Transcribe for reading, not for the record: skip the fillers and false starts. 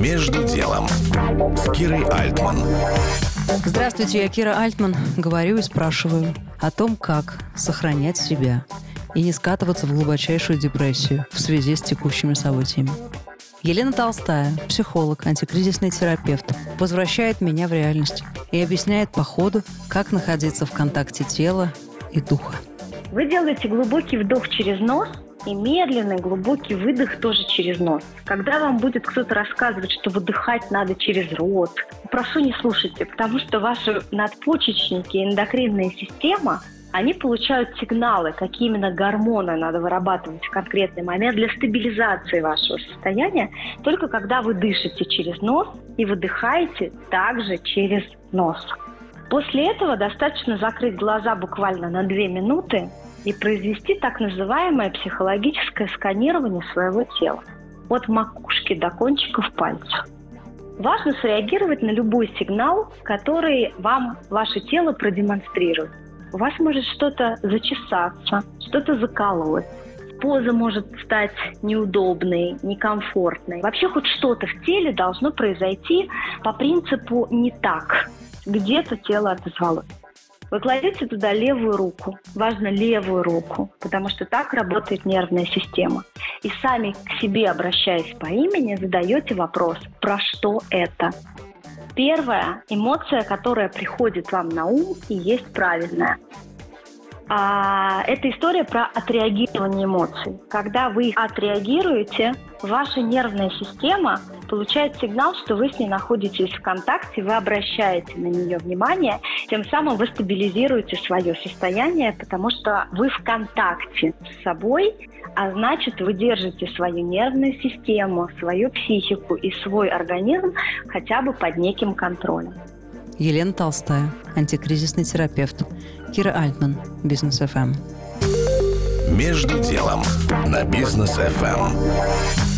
«Между делом» с Кирой Альтман. Здравствуйте, я Кира Альтман. Говорю и спрашиваю о том, как сохранять себя и не скатываться в глубочайшую депрессию в связи с текущими событиями. Елена Толстая, психолог, антикризисный терапевт, возвращает меня в реальность и объясняет по ходу, как находиться в контакте тела и духа. Вы делаете глубокий вдох через нос и медленный глубокий выдох тоже через нос. Когда вам будет кто-то рассказывать, что выдыхать надо через рот, прошу, не слушайте, потому что ваши надпочечники и эндокринная система, они получают сигналы, какие именно гормоны надо вырабатывать в конкретный момент для стабилизации вашего состояния, только когда вы дышите через нос и выдыхаете также через нос. После этого достаточно закрыть глаза буквально на 2 минуты и произвести так называемое психологическое сканирование своего тела от макушки до кончиков пальцев. Важно среагировать на любой сигнал, который вам ваше тело продемонстрирует. У вас может что-то зачесаться, что-то заколоть. Поза может стать неудобной, некомфортной. Вообще хоть что-то в теле должно произойти по принципу «не так». Где-то тело отозвалось. Вы кладете туда левую руку. Важно левую руку, потому что так работает нервная система. И сами к себе, обращаясь по имени, задаете вопрос «про что это?». Первая эмоция, которая приходит вам на ум, и есть правильная. Это история про отреагирование эмоций. Когда вы отреагируете, ваша нервная система получает сигнал, что вы с ней находитесь в контакте, вы обращаете на нее внимание, тем самым вы стабилизируете свое состояние, потому что вы в контакте с собой, а значит, вы держите свою нервную систему, свою психику и свой организм хотя бы под неким контролем. Елена Толстая, антикризисный терапевт. Кира Альтман, Бизнес ФМ. «Между делом» на Бизнес ФМ.